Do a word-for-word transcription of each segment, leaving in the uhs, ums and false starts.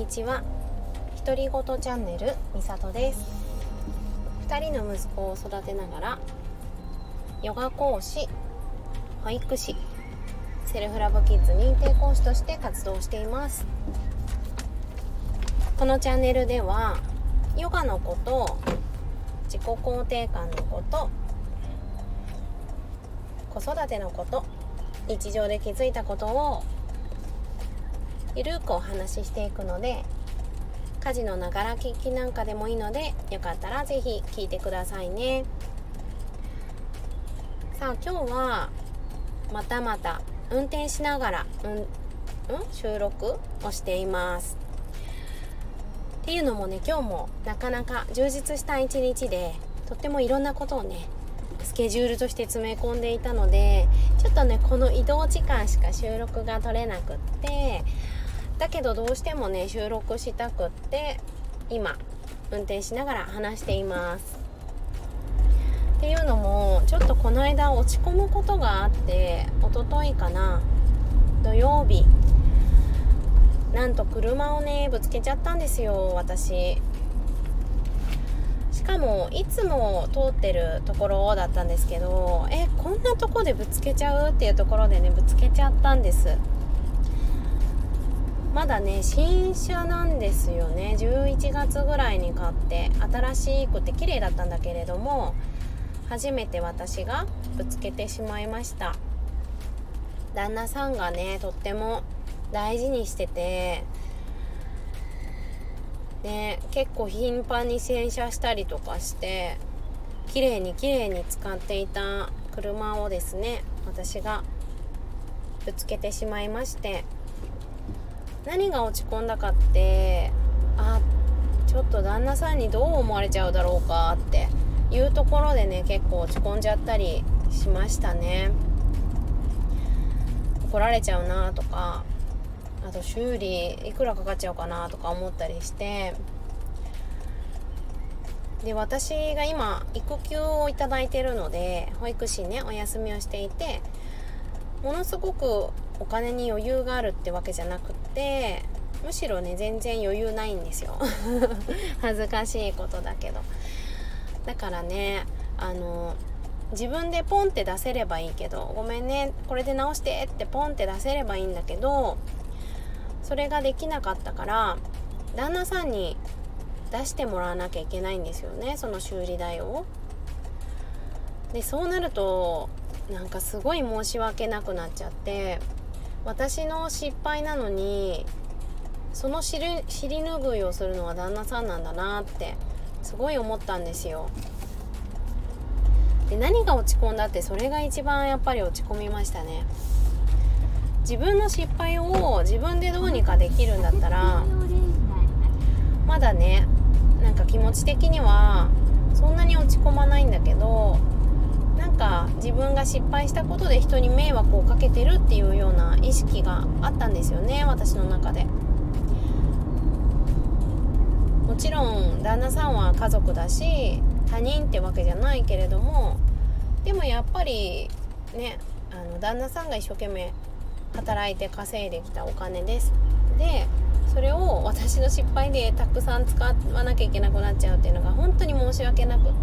にちは。独り言チャンネルみさとです。ふたりの息子を育てながらヨガ講師、保育士、セルフラブキッズ認定講師として活動しています。このチャンネルではヨガのこと、自己肯定感のこと、子育てのこと、日常で気づいたことをゆるくお話ししていくので、家事のながら聞きなんかでもいいので、よかったらぜひ聞いてくださいね。さあ今日はまたまた運転しながら、うん、うん、収録をしています。っていうのもね、今日もなかなか充実した一日で、とってもいろんなことをねスケジュールとして詰め込んでいたので、ちょっとねこの移動時間しか収録が取れなくって、だけどどうしてもね収録したくって今運転しながら話しています。っていうのも、ちょっとこの間落ち込むことがあって、一昨日かな、土曜日、なんと車をねぶつけちゃったんですよ、私。しかもいつも通ってるところだったんですけど、えこんなとこでぶつけちゃうっていうところでねぶつけちゃったんです。まだね新車なんですよね。じゅういちがつぐらいに買って、新しくて綺麗だったんだけれども、初めて私がぶつけてしまいました。旦那さんがねとっても大事にしててね、結構頻繁に洗車したりとかして綺麗に綺麗に使っていた車をですね、私がぶつけてしまいまして、何が落ち込んだかって、あ、ちょっと旦那さんにどう思われちゃうだろうかっていうところでね、結構落ち込んじゃったりしましたね。怒られちゃうなとか、あと修理いくらかかっちゃうかなとか思ったりして、で私が今育休をいただいているので、保育士ねお休みをしていて、ものすごくお金に余裕があるってわけじゃなくって、むしろね全然余裕ないんですよ恥ずかしいことだけど。だからね、あの自分でポンって出せればいいけど、ごめんねこれで直してってポンって出せればいいんだけど、それができなかったから旦那さんに出してもらわなきゃいけないんですよね、その修理代を。でそうなるとなんかすごい申し訳なくなっちゃって、私の失敗なのにその尻尻拭いをするのは旦那さんなんだなってすごい思ったんですよ。で何が落ち込んだって、それが一番やっぱり落ち込みましたね。自分の失敗を自分でどうにかできるんだったらまだね、なんか気持ち的にはそんなに落ち込まないんだけど、なんか自分が失敗したことで人に迷惑をかけてるっていうような意識があったんですよね、私の中で。もちろん旦那さんは家族だし他人ってわけじゃないけれども、でもやっぱりね、あの旦那さんが一生懸命働いて稼いできたお金です。でそれを私の失敗でたくさん使わなきゃいけなくなっちゃうっていうのが本当に申し訳なくって、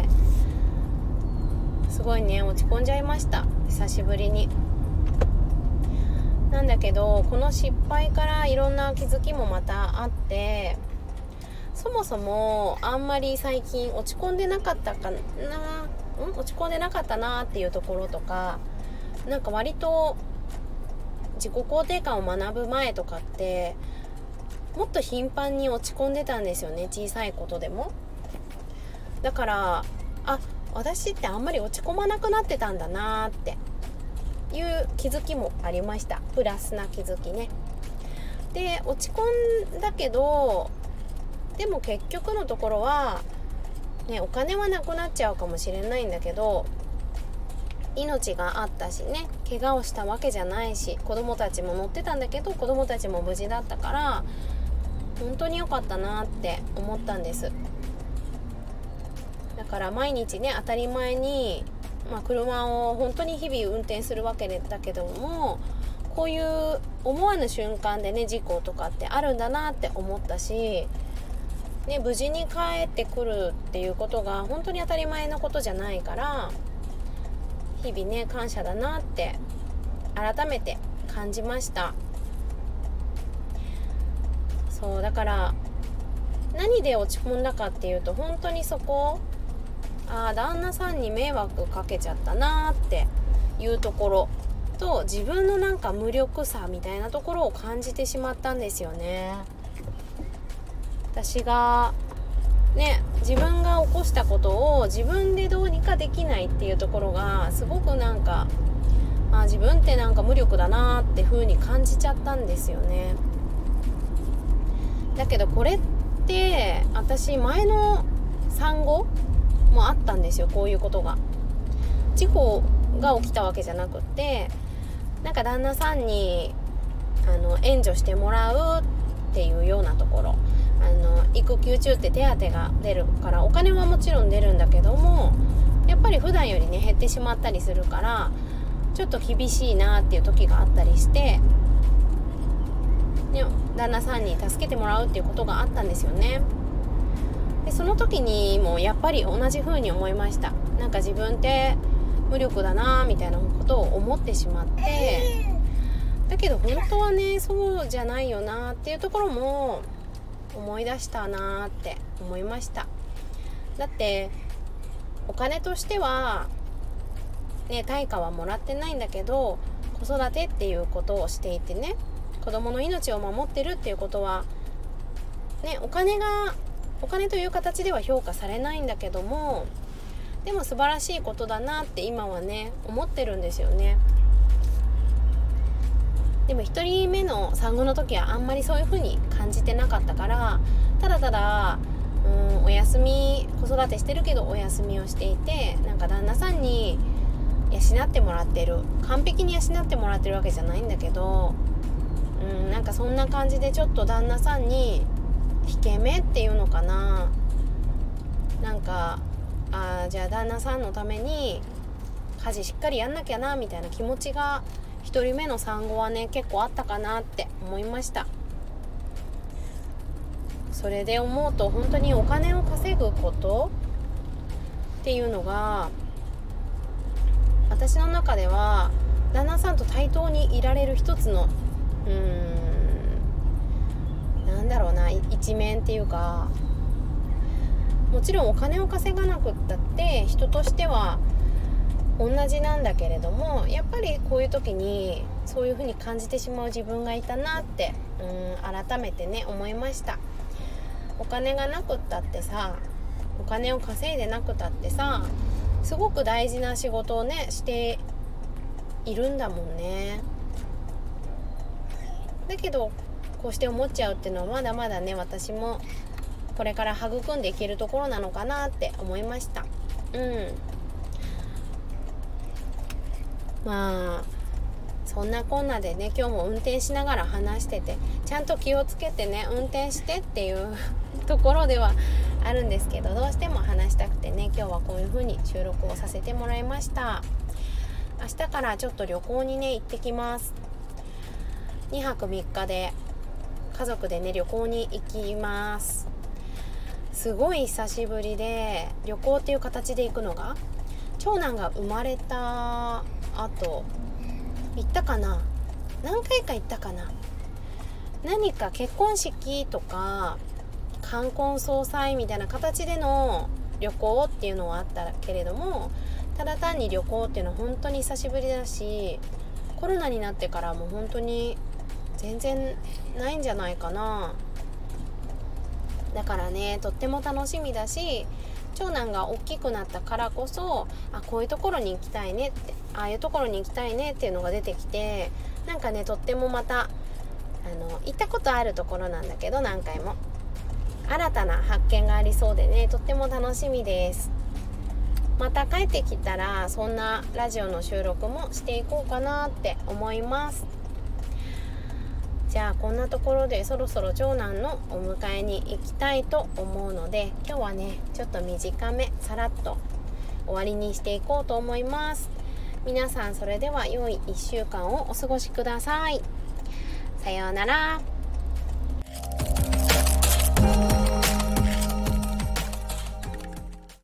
すごいね落ち込んじゃいました、久しぶりに。なんだけどこの失敗からいろんな気づきもまたあって、そもそもあんまり最近落ち込んでなかったかな、ん落ち込んでなかったなっていうところとか、なんか割と自己肯定感を学ぶ前とかってもっと頻繁に落ち込んでたんですよね、小さいことでも。だからあ、私ってあんまり落ち込まなくなってたんだなっていう気づきもありました。プラスな気づきね。で落ち込んだけど、でも結局のところはね、お金はなくなっちゃうかもしれないんだけど、命があったしね、怪我をしたわけじゃないし、子供たちも乗ってたんだけど子供たちも無事だったから本当に良かったなって思ったんです。だから毎日ね当たり前に、まあ、車を本当に日々運転するわけだけども、 こういう思わぬ瞬間でね事故とかってあるんだなって思ったし、ね、無事に帰ってくるっていうことが本当に当たり前のことじゃないから、日々ね感謝だなって改めて感じました。そうだから何で落ち込んだかっていうと、本当にそこ、ああ旦那さんに迷惑かけちゃったなっていうところと、自分のなんか無力さみたいなところを感じてしまったんですよね。私がね自分が起こしたことを自分でどうにかできないっていうところがすごくなんか、あ自分ってなんか無力だなって風に感じちゃったんですよね。だけどこれって私前の産後もあったんですよ。こういうことが、事故が起きたわけじゃなくって、なんか旦那さんにあの援助してもらうっていうようなところ、あの育休中って手当が出るからお金はもちろん出るんだけども、やっぱり普段よりね減ってしまったりするからちょっと厳しいなっていう時があったりして、ね、旦那さんに助けてもらうっていうことがあったんですよね。でその時にもやっぱり同じ風に思いました。なんか自分って無力だなみたいなことを思ってしまって、だけど本当はねそうじゃないよなっていうところも思い出したなって思いました。だってお金としてはね対価はもらってないんだけど、子育てっていうことをしていてね、子供の命を守ってるっていうことはね、お金がお金という形では評価されないんだけども、でも素晴らしいことだなって今はね思ってるんですよね。でもひとりめの産後の時はあんまりそういう風に感じてなかったから、ただただうんお休み、子育てしてるけどお休みをしていて、なんか旦那さんに養ってもらってる、完璧に養ってもらってるわけじゃないんだけど、うんなんかそんな感じでちょっと旦那さんに引け目っていうのかな、なんかあじゃあ旦那さんのために家事しっかりやんなきゃなみたいな気持ちがひとりめの産後はね結構あったかなって思いました。それで思うと本当にお金を稼ぐことっていうのが私の中では旦那さんと対等にいられる一つのうーんなんだろうな一面っていうか、もちろんお金を稼がなくったって人としては同じなんだけれども、やっぱりこういう時にそういう風に感じてしまう自分がいたなってうん改めてね思いました。お金がなくったってさ、お金を稼いでなくたってさ、すごく大事な仕事をねしているんだもんね。だけどこうして思っちゃうっていうのはまだまだね私もこれから育んでいけるところなのかなって思いました。うんまあそんなこんなでね今日も運転しながら話してて、ちゃんと気をつけてね運転してっていうところではあるんですけど、どうしても話したくてね今日はこういう風に収録をさせてもらいました。明日からちょっと旅行にね行ってきます。にはくみっかで家族でね旅行に行きます。すごい久しぶりで、旅行っていう形で行くのが長男が生まれた後行ったかな、何回か行ったかな、何か結婚式とか冠婚葬祭みたいな形での旅行っていうのはあったけれども、ただ単に旅行っていうのは本当に久しぶりだし、コロナになってからも本当に全然ないんじゃないかな。だからねとっても楽しみだし、長男が大きくなったからこそ、あこういうところに行きたいねって、ああいうところに行きたいねっていうのが出てきて、なんかねとってもまたあの行ったことあるところなんだけど何回も新たな発見がありそうでねとっても楽しみです。また帰ってきたらそんなラジオの収録もしていこうかなって思います。じゃあこんなところでそろそろ長男のお迎えに行きたいと思うので、今日はねちょっと短めさらっと終わりにしていこうと思います。 皆さんそれでは良いいっしゅうかんをお過ごしください。さようなら。